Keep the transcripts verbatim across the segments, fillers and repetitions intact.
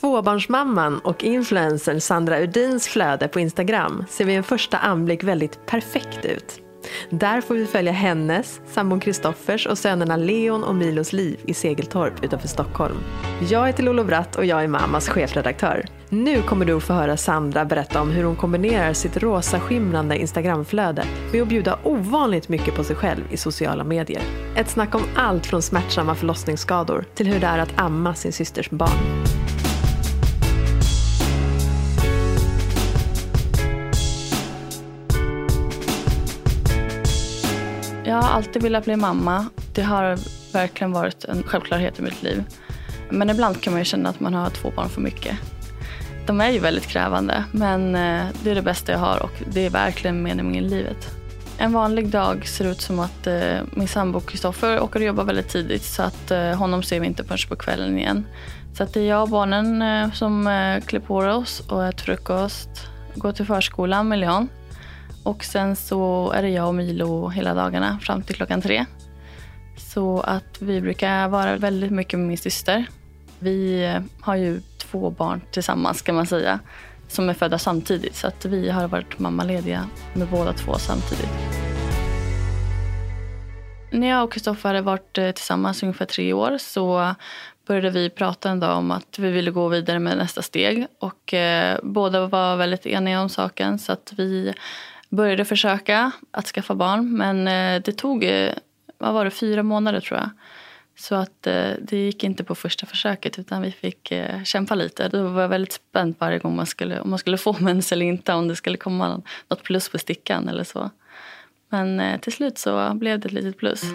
tvåbarnsmamman och influencern Sandra Udins flöde på Instagram ser vid en första anblick väldigt perfekt ut. Där får vi följa hennes, sambon Kristoffers och sönerna Leon och Milos liv i Segeltorp utanför Stockholm. Jag heter Lolo Bratt och jag är mammas chefredaktör. Nu kommer du att få höra Sandra berätta om hur hon kombinerar sitt rosa skimrande Instagramflöde med att bjuda ovanligt mycket på sig själv i sociala medier. Ett snack om allt från smärtsamma förlossningsskador till hur det är att amma sin systers barn. Jag har alltid velat bli mamma. Det har verkligen varit en självklarhet i mitt liv. Men ibland kan man ju känna att man har två barn för mycket. De är ju väldigt krävande, men det är det bästa jag har och det är verkligen meningen i livet. En vanlig dag ser ut som att min sambo Kristoffer åker och jobbar väldigt tidigt, så att honom ser vi inte förrän på kvällen igen. Så att det är jag och barnen som klär på oss och äter frukost, går till förskolan med Leon. Och sen så är det jag och Milo hela dagarna fram till klockan tre. Så att vi brukar vara väldigt mycket med min syster. Vi har ju två barn tillsammans kan man säga, som är födda samtidigt. Så att vi har varit mammalediga med båda två samtidigt. När jag och Kristoffer hade varit tillsammans ungefär tre år så började vi prata en dag om att vi ville gå vidare med nästa steg. Och eh, båda var väldigt eniga om saken, så att vi började försöka att skaffa barn. Men eh, det tog, eh, vad var det, fyra månader tror jag. Så att eh, det gick inte på första försöket utan vi fick eh, kämpa lite. Det var väldigt spänt varje gång man skulle, om man skulle få mens eller inte. Om det skulle komma något plus på stickan eller så. Men eh, till slut så blev det ett litet plus.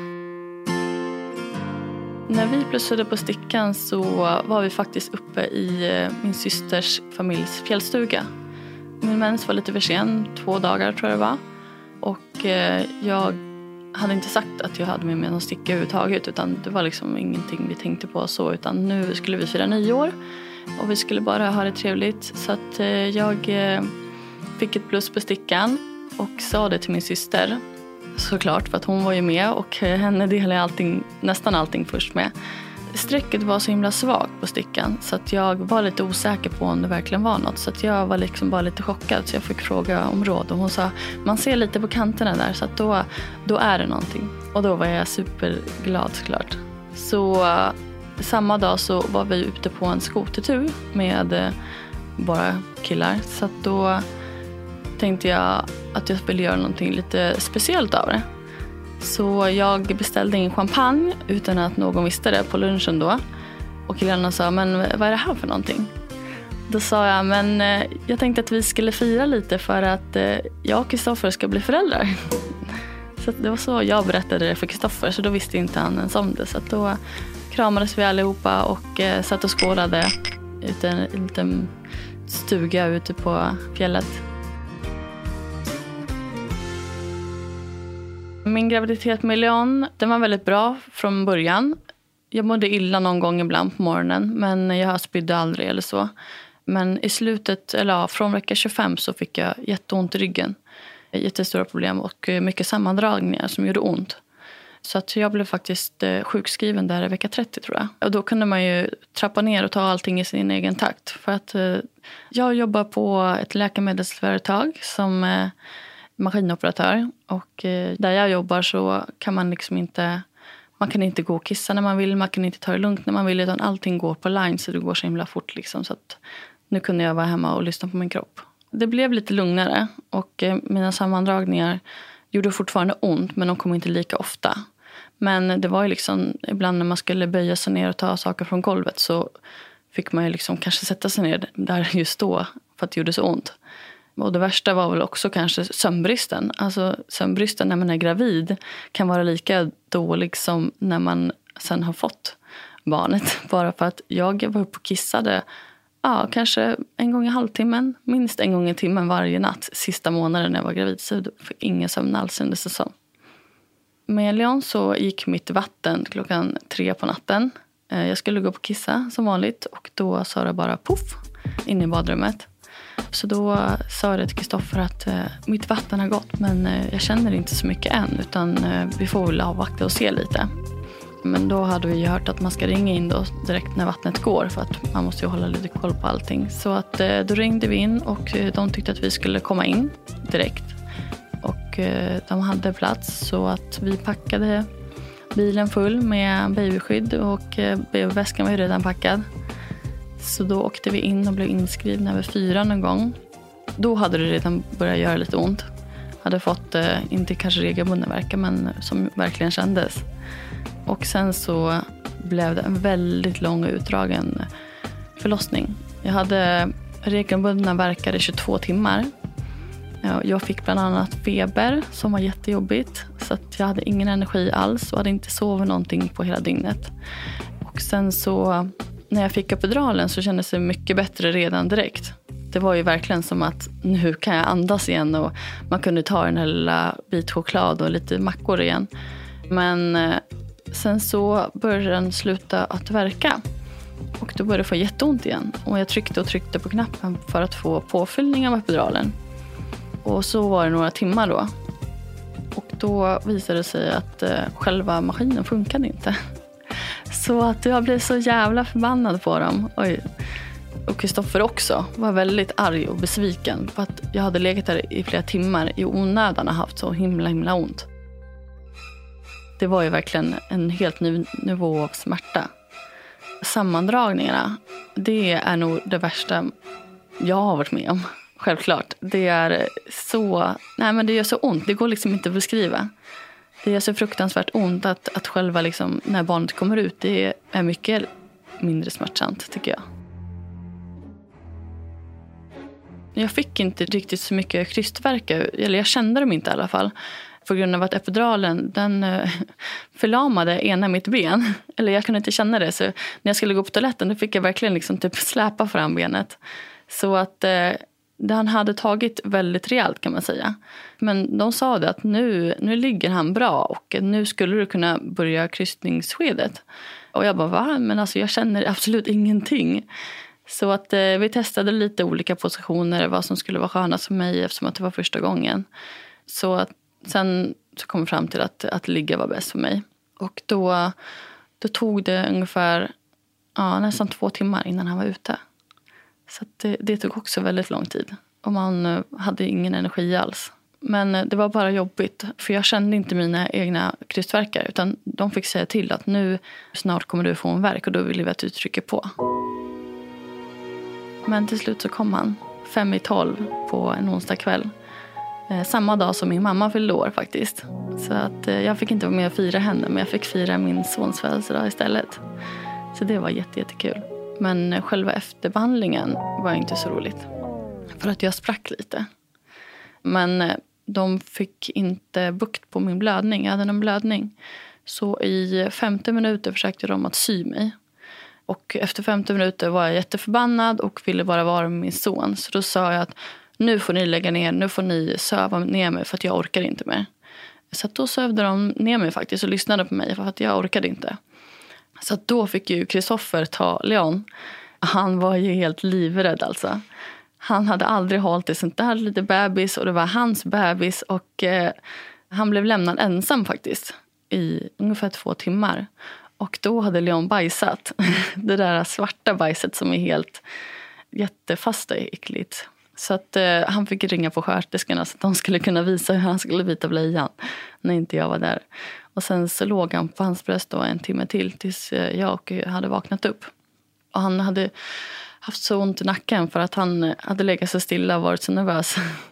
När vi plussade på stickan så var vi faktiskt uppe i eh, min systers familjs fjällstuga. Min mens var lite för sen, två dagar tror jag det var. Och eh, jag hade inte sagt att jag hade med mig någon sticka överhuvudtaget. Utan det var liksom ingenting vi tänkte på så. Utan nu skulle vi fira nyår. Och vi skulle bara ha det trevligt. Så att eh, jag eh, fick ett plus på stickan. Och sa det till min syster. Såklart, för att hon var ju med. Och eh, henne delade allting, nästan allting först med. Strecket var så himla svagt på stickan så att jag var lite osäker på om det verkligen var något. Så att jag var liksom bara lite chockad så jag fick fråga om råd. Och hon sa, man ser lite på kanterna där så att då, då är det någonting. Och då var jag superglad såklart. Så uh, samma dag så var vi ute på en skotertur med uh, bara killar. Så att då tänkte jag att jag ville göra någonting lite speciellt av det. Så jag beställde in champagne utan att någon visste det på lunchen då. Och killarna sa, men vad är det här för någonting? Då sa jag, men jag tänkte att vi skulle fira lite för att jag och Kristoffer ska bli föräldrar. Så det var så jag berättade det för Kristoffer, så då visste inte han ens om det. Så då kramades vi allihopa och satt och skålade i en liten stuga ute på fjället. Min graviditet med Leon, den var väldigt bra från början. Jag mådde illa någon gång ibland på morgonen, men jag spydde aldrig eller så. Men i slutet, eller ja, från vecka tjugofem så fick jag jätteont i ryggen. Jättestora problem och mycket sammandragningar som gjorde ont. Så att jag blev faktiskt sjukskriven där i vecka trettio tror jag. Och då kunde man ju trappa ner och ta allting i sin egen takt. För att jag jobbar på ett läkemedelsföretag som maskinoperatör, och eh, där jag jobbar så kan man liksom inte man kan inte gå och kissa när man vill, man kan inte ta det lugnt när man vill, utan allting går på line så det går så himla fort liksom, så att nu kunde jag vara hemma och lyssna på min kropp. Det blev lite lugnare och eh, mina sammandragningar gjorde fortfarande ont, men de kom inte lika ofta. Men det var ju liksom ibland när man skulle böja sig ner och ta saker från golvet så fick man ju liksom kanske sätta sig ner där just då för att det gjorde så ont. Och det värsta var väl också kanske sömnbristen. Alltså sömnbristen när man är gravid kan vara lika dålig som när man sen har fått barnet. Bara för att jag var uppe och kissade ja, kanske en gång i halvtimmen. Minst en gång i timmen varje natt sista månaden när jag var gravid. Så jag fick ingen sömn alls under säsong. Med Leon så gick mitt vatten klockan tre på natten. Jag skulle gå på kissa som vanligt. Och då sa det bara puff in i badrummet. Så då sa jag till Kristoffer att eh, mitt vatten har gått, men eh, jag känner inte så mycket än, utan eh, vi får väl avvakta och se lite. Men då hade vi ju hört att man ska ringa in då direkt när vattnet går, för att man måste ju hålla lite koll på allting. Så att eh, då ringde vi in och de tyckte att vi skulle komma in direkt. Och eh, de hade plats, så att vi packade bilen full med babyskydd och eh, babyväskan var ju redan packad. Så då åkte vi in och blev inskrivna över fyra någon gång. Då hade det redan börjat göra lite ont. Hade fått, eh, inte kanske regelbundna verkar, men som verkligen kändes. Och sen så blev det en väldigt lång och utdragen förlossning. Jag hade regelbundna verkar i tjugotvå timmar. Jag fick bland annat feber som var jättejobbigt. Så att jag hade ingen energi alls och hade inte sovit någonting på hela dygnet. Och sen så när jag fick epiduralen så kändes det mycket bättre redan direkt. Det var ju verkligen som att nu kan jag andas igen och man kunde ta den här lilla bit choklad och lite mackor igen. Men sen så började den sluta att verka och då började jag få jätteont igen. Och jag tryckte och tryckte på knappen för att få påfyllning av epiduralen. Och så var det några timmar då. Och då visade det sig att eh, själva maskinen funkade inte. Så att jag blev så jävla förbannad på dem. Oj. Och Kristoffer också var väldigt arg och besviken på att jag hade legat där i flera timmar i onödan och haft så himla himla ont. Det var ju verkligen en helt ny nivå av smärta. Sammandragningarna, det är nog det värsta jag har varit med om. Självklart. Det är så, nej men det gör så ont. Det går liksom inte att beskriva. Det gör så fruktansvärt ont att, att själva liksom, när barnet kommer ut, det är mycket mindre smärtsamt tycker jag. Jag fick inte riktigt så mycket krystvärkar, eller jag kände dem inte i alla fall. På grund av att epiduralen, den förlamade ena mitt ben. Eller jag kunde inte känna det. Så när jag skulle gå på toaletten, då fick jag verkligen liksom typ släpa fram benet. Så att eh, han hade tagit väldigt rejält kan man säga. Men de sa det att nu, nu ligger han bra och nu skulle du kunna börja krystningsskedet. Och jag bara, va? Men alltså jag känner absolut ingenting. Så att eh, vi testade lite olika positioner, vad som skulle vara skönast för mig eftersom att det var första gången. Så att sen så kom jag fram till att, att ligga var bäst för mig. Och då, då tog det ungefär ja, nästan två timmar innan han var ute. Så att det, det tog också väldigt lång tid. Och man hade ingen energi alls. Men det var bara jobbigt. För jag kände inte mina egna krystvärkar. Utan de fick säga till att nu snart kommer du få en värk. Och då ville vi att du trycker på. Men till slut så kom han fem i tolv på en onsdag kväll. Eh, samma dag som min mamma fyllde år faktiskt. Så att eh, jag fick inte vara med och fira henne. Men jag fick fira min sons födelsedag istället. Så det var jätte, jättekul. Men själva efterbehandlingen var inte så roligt. För att jag sprack lite. Men eh, de fick inte bukt på min blödning. Jag hade en blödning. Så i femtio minuter försökte de att sy mig. Och efter femtio minuter var jag jätteförbannad och ville bara vara med min son. Så då sa jag att nu får ni lägga ner, nu får ni söva ner mig för att jag orkar inte mer. Så att då sövde de ner mig faktiskt och lyssnade på mig för att jag orkade inte. Så att då fick ju Kristoffer ta Leon. Han var ju helt livrädd alltså. Han hade aldrig hållit i sånt där lite bebis och det var hans bebis. Och eh, han blev lämnad ensam faktiskt i ungefär två timmar. Och då hade Leon bajsat. Det där svarta bajset som är helt jättefast och äckligt. Så att eh, han fick ringa på sköterskorna så att de skulle kunna visa hur han skulle byta blöjan när inte jag var där. Och sen så låg han på hans bröst då en timme till tills jag hade vaknat upp. Och han hade haft så ont i nacken för att han hade legat så stilla och varit så nervös.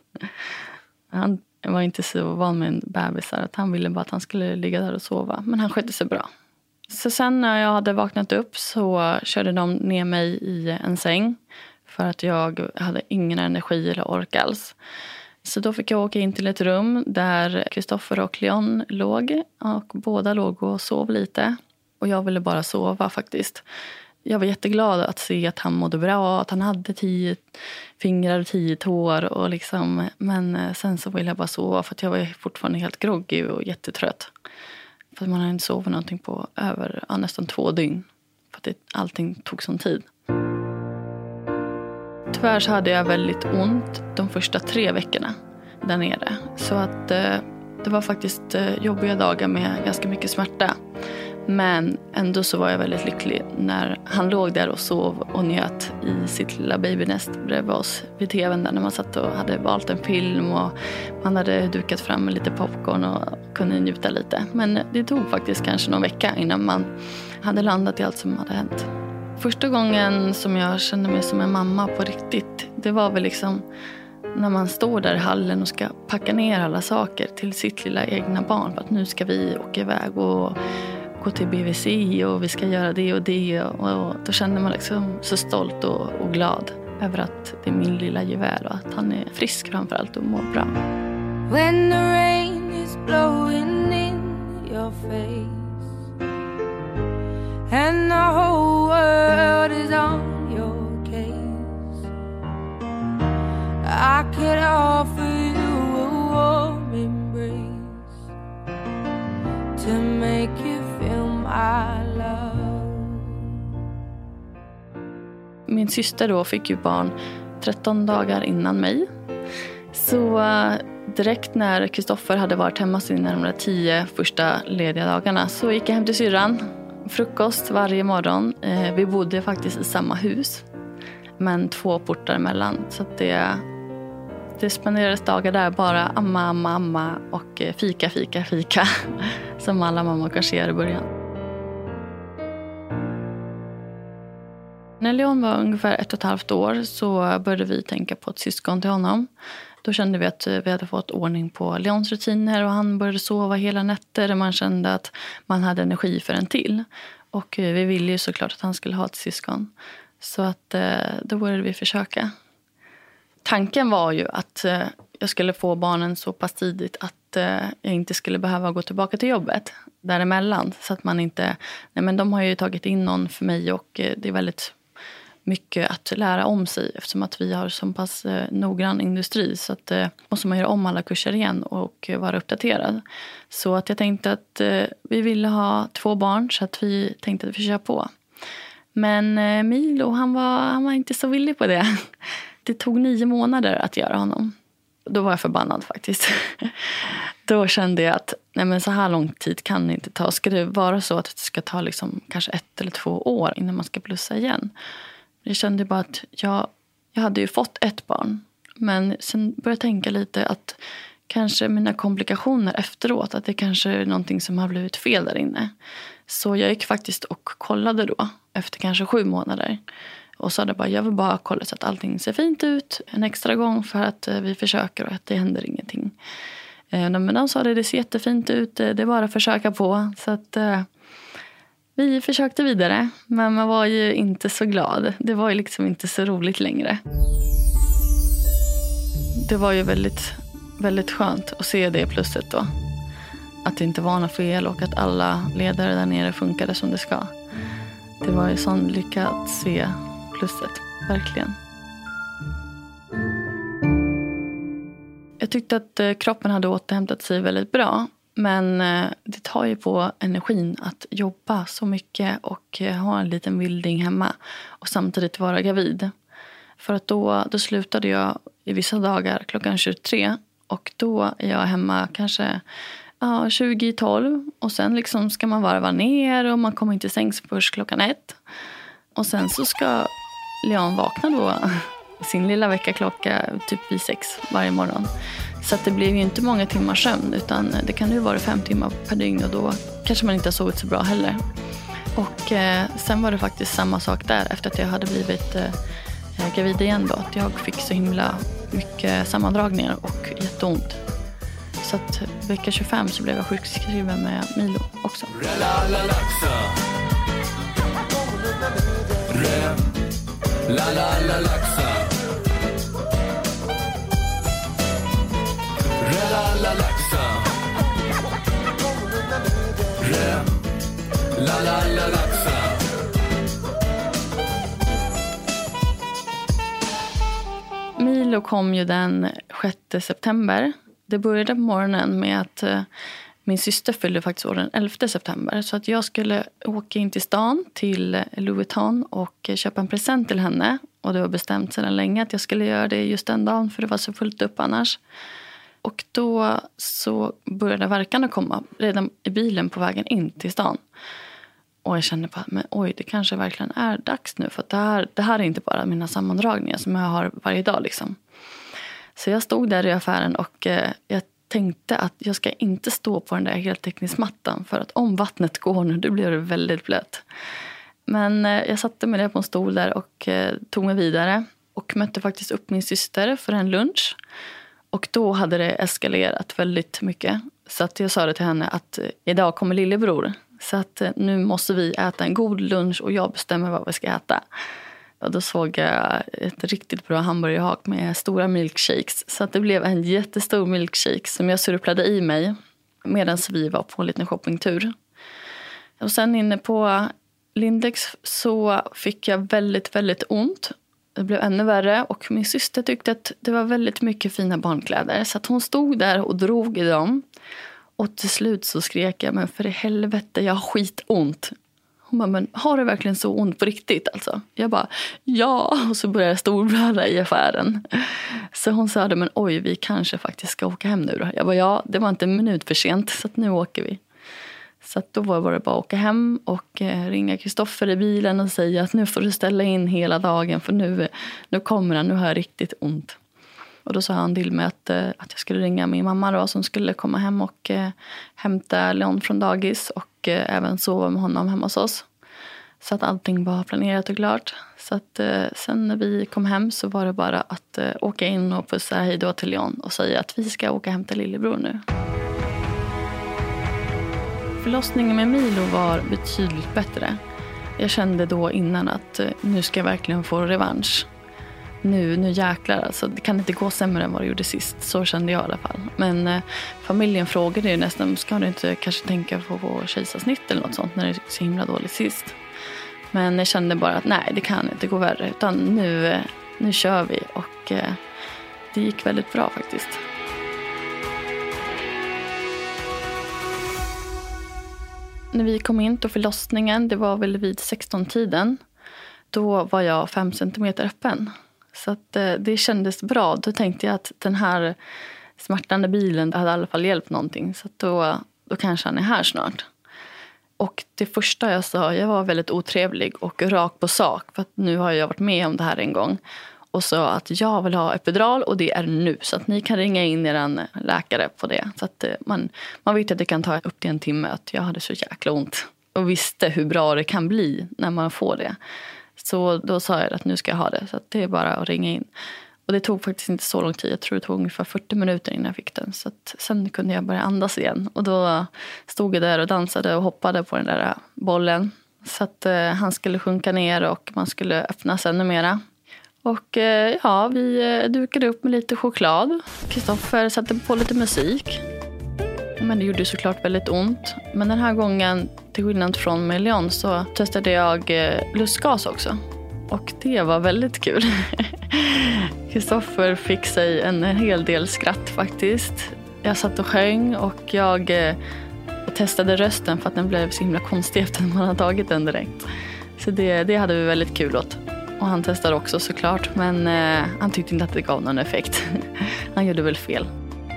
Han var inte så van med en bebis att han ville bara att han skulle ligga där och sova. Men han skötte sig bra. Så sen när jag hade vaknat upp så körde de ner mig i en säng. För att jag hade ingen energi eller ork alls. Så då fick jag åka in till ett rum där Kristoffer och Leon låg. Och båda låg och sov lite. Och jag ville bara sova faktiskt. Jag var jätteglad att se att han mådde bra. Att han hade tio fingrar och tio tår. Och liksom, men sen så ville jag bara sova för att jag var fortfarande helt groggy och jättetrött. För att man hade inte sovit någonting på över ja, nästan två dygn. För att det, allting tog sån tid. Tyvärr så hade jag väldigt ont de första tre veckorna där nere. Så att eh, det var faktiskt eh, jobbiga dagar med ganska mycket smärta. Men ändå så var jag väldigt lycklig när han låg där och sov och njöt i sitt lilla babynest bredvid oss vid tvn där när man satt och hade valt en film och man hade dukat fram lite popcorn och kunde njuta lite. Men det tog faktiskt kanske någon vecka innan man hade landat i allt som hade hänt. Första gången som jag kände mig som en mamma på riktigt, det var väl liksom när man står där i hallen och ska packa ner alla saker till sitt lilla egna barn. För att nu ska vi åka iväg och gå till B V C och vi ska göra det och det. Och då känner man liksom så stolt och, och glad över att det är min lilla juvel och att han är frisk framförallt och mår bra. When the rain is blowing in your face and the whole world is on your case, I could offer you a warm embrace to make you feel my love. Min syster då fick ju barn tretton dagar innan mig. Så direkt när Kristoffer hade varit hemma sina de tio första lediga dagarna så gick jag hem till syrran. Frukost varje morgon. Vi bodde faktiskt i samma hus, men två portar emellan. Så att det, det spenderades dagar där bara amma, amma, amma och fika, fika, fika. Som alla mammor kanske gör i början. När Leon var ungefär ett och ett halvt år så började vi tänka på ett syskon till honom. Då kände vi att vi hade fått ordning på Leons rutiner och han började sova hela nätter och man kände att man hade energi för en till. Och vi ville ju såklart att han skulle ha ett syskon. Så att då började vi försöka. Tanken var ju att jag skulle få barnen så pass tidigt att jag inte skulle behöva gå tillbaka till jobbet däremellan. Så att man inte, nej men de har ju tagit in någon för mig och det är väldigt mycket att lära om sig eftersom att vi har så pass eh, noggrann industri så att eh, måste man göra om alla kurser igen och eh, vara uppdaterad. Så att jag tänkte att eh, vi ville ha två barn så att vi tänkte att vi kör på. Men eh, Milo han var, han var inte så villig på det. Det tog nio månader att göra honom. Då var jag förbannad faktiskt. Då kände jag att nej men så här lång tid kan det inte ta. Ska det vara så att det ska ta liksom kanske ett eller två år innan man ska plussa igen? Jag kände bara att jag, jag hade ju fått ett barn. Men sen började jag tänka lite att kanske mina komplikationer efteråt. Att det kanske är någonting som har blivit fel där inne. Så jag gick faktiskt och kollade då. Efter kanske sju månader. Och sa det bara, jag vill bara kolla så att allting ser fint ut. En extra gång för att vi försöker och att det händer ingenting. Men de sa det, det ser jättefint ut. Det är bara att försöka på. Så att vi försökte vidare, men man var ju inte så glad. Det var ju liksom inte så roligt längre. Det var ju väldigt, väldigt skönt att se det plusset då. Att det inte var något fel och att alla ledare där nere funkade som det ska. Det var ju sån lycka att se plusset, verkligen. Jag tyckte att kroppen hade återhämtat sig väldigt bra. Men det tar ju på energin att jobba så mycket och ha en liten vilding hemma. Och samtidigt vara gravid. För att då, då slutade jag i vissa dagar klockan tjugotre. Och då är jag hemma kanske ja, tjugo i tolv. Och sen liksom ska man varva ner och man kommer inte sängs först klockan ett. Och sen så ska Leon vakna då sin lilla veckaklocka typ vid sex varje morgon. Så att det blev ju inte många timmar sömn utan det kan ju vara fem timmar per dygn och då kanske man inte har sovit så bra heller. Och eh, sen var det faktiskt samma sak där efter att jag hade blivit eh, gravid igen då. Att jag fick så himla mycket sammandragningar och jätteont. Så att vecka tjugofem så blev jag sjukskriven med Milo också. Milo kom ju den sjätte september. Det började på morgonen med att uh, min syster fyllde faktiskt år den elfte september. Så att jag skulle åka in till stan till Louis Vuitton och köpa en present till henne. Och det var bestämt sedan länge att jag skulle göra det just den dagen för det var så fullt upp annars. Och då så började verkarna komma redan i bilen på vägen in till stan. Och jag kände bara, men oj, det kanske verkligen är dags nu. För att det här, det här är inte bara mina sammandragningar som jag har varje dag liksom. Så jag stod där i affären och eh, jag tänkte att jag ska inte stå på den där heltäckningsmattan. För att om vattnet går nu, då blir det väldigt blött. Men eh, jag satte mig där på en stol där och eh, tog mig vidare. Och mötte faktiskt upp min syster för en lunch. Och då hade det eskalerat väldigt mycket. Så att jag sa det till henne att eh, idag kommer lillebror. Så att eh, nu måste vi äta en god lunch och jag bestämmer vad vi ska äta. Och då såg jag ett riktigt bra hamburgerhak med stora milkshakes. Så att det blev en jättestor milkshake som jag surplade i mig medan vi var på en liten shoppingtur. Och sen inne på Lindex så fick jag väldigt, väldigt ont. Det blev ännu värre och min syster tyckte att det var väldigt mycket fina barnkläder. Så att hon stod där och drog i dem. Och till slut så skrek jag, men för i helvete, jag har skitont. Hon bara, men har du verkligen så ont på riktigt alltså? Jag bara, ja. Och så började jag storblöda i affären. Så hon sa, men oj, vi kanske faktiskt ska åka hem nu då. Jag bara, ja, det var inte en minut för sent så att nu åker vi. Så att då var det bara att åka hem och eh, ringa Kristoffer i bilen och säga att nu får du ställa in hela dagen för nu, nu kommer han, nu har jag riktigt ont. Och då sa han till mig att, eh, att jag skulle ringa min mamma då som skulle komma hem och eh, hämta Leon från dagis och eh, även sova med honom hemma hos oss. Så att allting var planerat och klart. Så att eh, sen när vi kom hem så var det bara att eh, åka in och pussa hej då till Leon och säga att vi ska åka hem till lillebror nu. Förlossningen med Milo var betydligt bättre. Jag kände då innan att nu ska jag verkligen få revansch. Nu, nu jäklar, alltså, det kan inte gå sämre än vad det gjorde sist. Så kände jag i alla fall. Men eh, familjen frågade ju nästan, ska du inte kanske tänka på vår kejsarsnitt eller något sånt när det är så himla dåligt sist. Men jag kände bara att nej, det kan inte gå värre. Utan nu, nu kör vi och eh, det gick väldigt bra faktiskt. När vi kom in till förlossningen, det var väl vid sexton-tiden, då var jag fem centimeter öppen. Så att eh, det kändes bra. Då tänkte jag att den här smärtande bilen hade i alla fall hjälpt någonting. Så att då, då kanske han är här snart. Och det första jag sa, jag var väldigt otrevlig och rak på sak. För att nu har jag varit med om det här en gång. Och sa att jag vill ha epidural och det är nu. Så att ni kan ringa in er läkare på det. Så att man, man vet att det kan ta upp till en timme. Att jag hade så jäkla ont. Och visste hur bra det kan bli när man får det. Så då sa jag att nu ska jag ha det. Så att det är bara att ringa in. Och det tog faktiskt inte så lång tid. Jag tror det tog ungefär fyrtio minuter innan jag fick den. Så att sen kunde jag börja andas igen. Och då stod jag där och dansade och hoppade på den där bollen. Så att eh, han skulle sjunka ner och man skulle öppnas ännu mera. Och eh, ja, vi dukade upp med lite choklad. Kristoffer satte på lite musik. Men det gjorde såklart väldigt ont. Men den här gången, till skillnad från med Leon, så testade jag eh, lustgas också. Och det var väldigt kul. Kristoffer fick sig en hel del skratt faktiskt. Jag satt och sjöng och jag eh, testade rösten för att den blev så himla konstig efter att man hade tagit den direkt. Så det, det hade vi väldigt kul åt. Och han testade också såklart, men eh, han tyckte inte att det gav någon effekt. Han gjorde väl fel.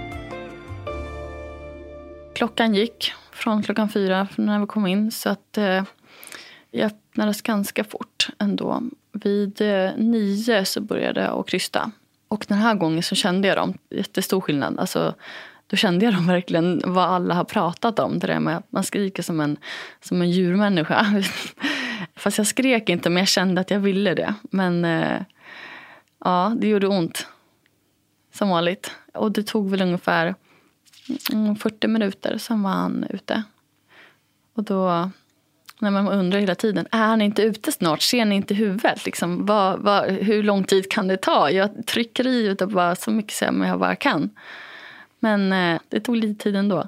Klockan gick från klockan fyra när vi kom in, så att eh, jag öppnades ganska fort ändå. Vid eh, nio så började jag att krysta. Och den här gången så kände jag dem, jättestor skillnad. Alltså, då kände jag dem verkligen vad alla har pratat om. Det där med att man skriker som en, som en djurmänniska. Fast jag skrek inte, men jag kände att jag ville det. Men eh, ja, det gjorde ont. Som vanligt. Och det tog väl ungefär fyrtio minuter, sen var han ute. Och då, när man undrar hela tiden, är han inte ute snart? Ser ni inte huvudet? Liksom, vad, vad, hur lång tid kan det ta? Jag trycker i ut och bara så mycket som jag bara kan. Men eh, det tog lite tid ändå.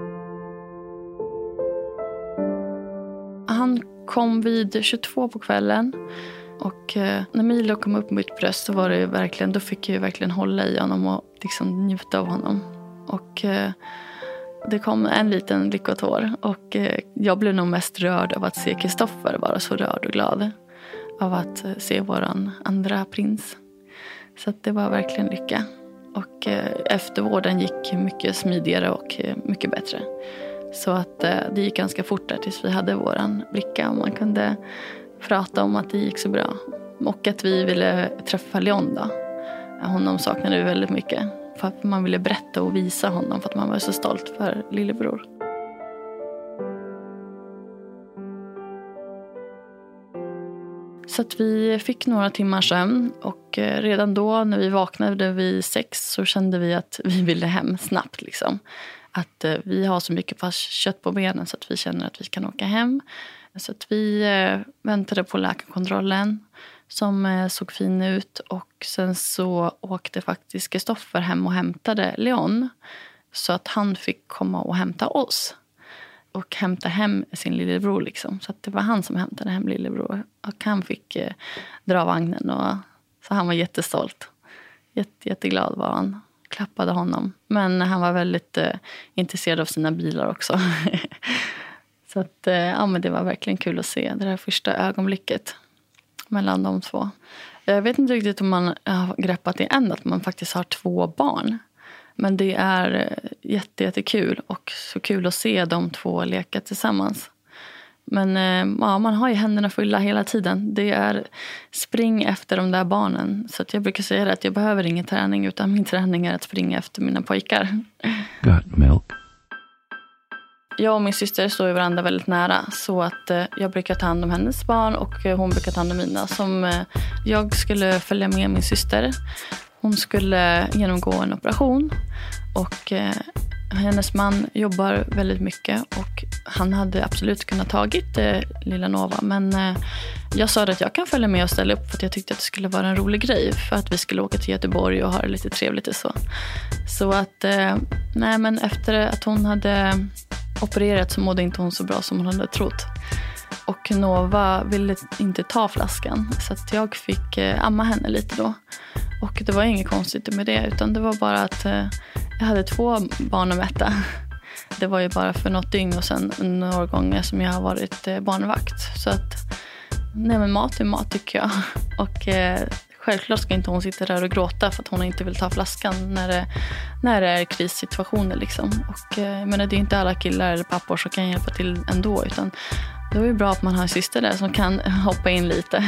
Han kom vid tjugotvå på kvällen. Och eh, när Milo kom upp på mitt bröst så var det verkligen, då fick jag ju verkligen hålla i honom och liksom njuta av honom. Och eh, det kom en liten lyckotår. Och eh, jag blev nog mest rörd av att se Kristoffer vara så rörd och glad. Av att eh, se våran andra prins. Så att det var verkligen lycka. Och eh, eftervården gick mycket smidigare och eh, mycket bättre. Så att eh, det gick ganska fort där tills vi hade våran bricka och man kunde prata om att det gick så bra. Och att vi ville träffa Leon då. Honom saknade vi väldigt mycket. För att man ville berätta och visa honom för att man var så stolt för lillebror. Så att vi fick några timmar sömn och redan då när vi vaknade vid sex så kände vi att vi ville hem snabbt liksom. Att vi har så mycket fast kött på benen så att vi känner att vi kan åka hem. Så att vi väntade på läkarkontrollen som såg fin ut och sen så åkte faktiskt Kristoffer hem och hämtade Leon så att han fick komma och hämta oss och hämta hem sin lillebror liksom. Så att det var han som hämtade hem lillebror och han fick eh, dra vagnen och så han var jättestolt. Jätte, jätteglad var han. Klappade honom. Men han var väldigt eh, intresserad av sina bilar också. Så att eh, ja, men det var verkligen kul att se det här första ögonblicket mellan de två. Jag vet inte riktigt om man har greppat det än att man faktiskt har två barn. Men det är jätte, jättekul och så kul att se de två leka tillsammans. Men ja, man har ju händerna fulla hela tiden. Det är spring efter de där barnen. Så att jag brukar säga att jag behöver ingen träning utan min träning är att springa efter mina pojkar. Got milk. Jag och min syster står ju varandra väldigt nära så att eh, jag brukar ta hand om hennes barn och eh, hon brukar ta hand om mina. Som eh, jag skulle följa med min syster. Hon skulle genomgå en operation och eh, hennes man jobbar väldigt mycket och han hade absolut kunnat tagit eh, lilla Nova. Men eh, jag sa att jag kan följa med och ställa upp för att jag tyckte att det skulle vara en rolig grej för att vi skulle åka till Göteborg och ha det lite trevligt och så. Så att, eh, nej men efter att hon hade opererat så mådde inte hon så bra som hon hade trott. Och Nova ville inte ta flaskan så att jag fick eh, amma henne lite då. Och det var inget konstigt med det utan det var bara att eh, jag hade två barn att mätta. Det var ju bara för något dygn och sen några gånger som jag har varit eh, barnvakt. Så att, nej men mat är mat tycker jag. Och eh, självklart ska inte hon sitta där och gråta för att hon inte vill ta flaskan när det, när det är krissituationer liksom. Och eh, men det är inte alla killar eller pappor som kan hjälpa till ändå utan det är ju bra att man har en syster där som kan hoppa in lite.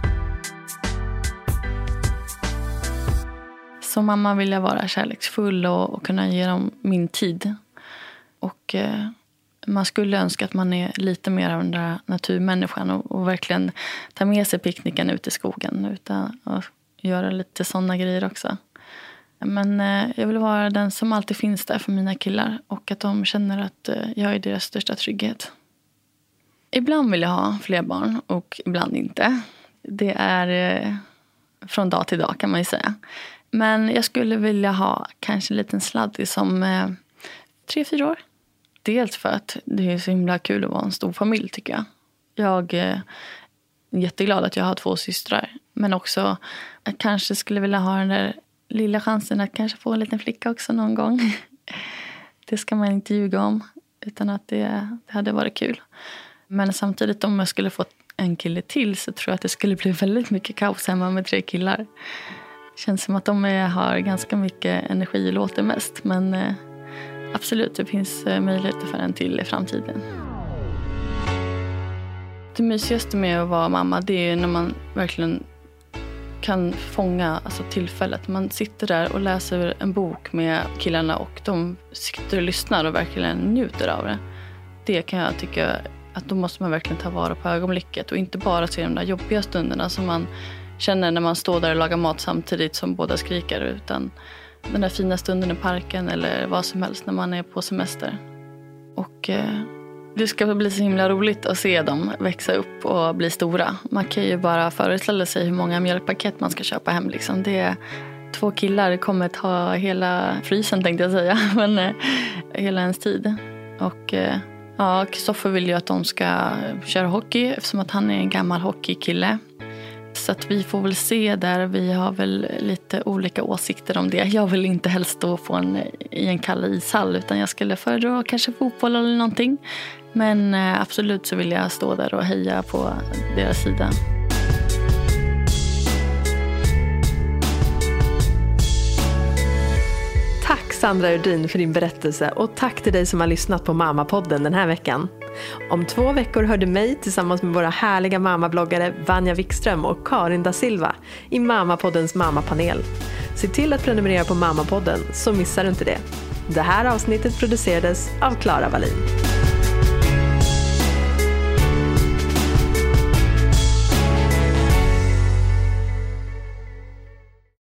Som mamma vill jag vara kärleksfull och, och kunna ge dem min tid. Och eh, man skulle önska att man är lite mer av den där naturmänniskan och, och verkligen ta med sig picknicken ut i skogen utan att göra lite sådana grejer också. Men eh, jag vill vara den som alltid finns där för mina killar och att de känner att eh, jag är deras största trygghet. Ibland vill jag ha fler barn och ibland inte. Det är eh, från dag till dag kan man ju säga. Men jag skulle vilja ha kanske en liten sladdis som eh, tre, fyra år. Dels för att det är så himla kul att vara en stor familj tycker jag. Jag eh, är jätteglad att jag har två systrar. Men också jag kanske skulle vilja ha den där lilla chansen att kanske få en liten flicka också någon gång. Det ska man inte ljuga om utan att det, det hade varit kul. Men samtidigt om jag skulle få en kille till så tror jag att det skulle bli väldigt mycket kaos hemma med tre killar. Känns som att de är, har ganska mycket energi och låter mest. Men eh, absolut, det finns eh, möjligheter för en till i framtiden. Det mysigaste med att vara mamma det är när man verkligen kan fånga alltså, tillfället. Man sitter där och läser en bok med killarna och de sitter och lyssnar och verkligen njuter av det. Det kan jag tycka att då måste man verkligen ta vara på ögonblicket och inte bara se de där jobbiga stunderna som man känner när man står där och lagar mat samtidigt som båda skriker utan den där fina stunden i parken eller vad som helst när man är på semester. Och eh, det ska bli så himla roligt att se dem växa upp och bli stora. Man kan ju bara föreställa sig hur många mjölkpaket man ska köpa hem. Liksom. Det är, två killar kommer ta hela frysen tänkte jag säga, men eh, hela ens tid. Och eh, ja, Kristoffer vill ju att de ska köra hockey eftersom att han är en gammal hockeykille. Så att vi får väl se där. Vi har väl lite olika åsikter om det. Jag vill inte helst stå på en, i en kall ishall utan jag skulle föredra kanske fotboll eller någonting. Men absolut så vill jag stå där och heja på deras sida. Tack Sandra Urdin för din berättelse och tack till dig som har lyssnat på Mamma-podden den här veckan. Om två veckor hör du mig tillsammans med våra härliga mammabloggare Vanja Wikström och Karin da Silva i Mamma-poddens mammapanel. Se till att prenumerera på Mamma-podden så missar du inte det. Det här avsnittet producerades av Clara Wallin.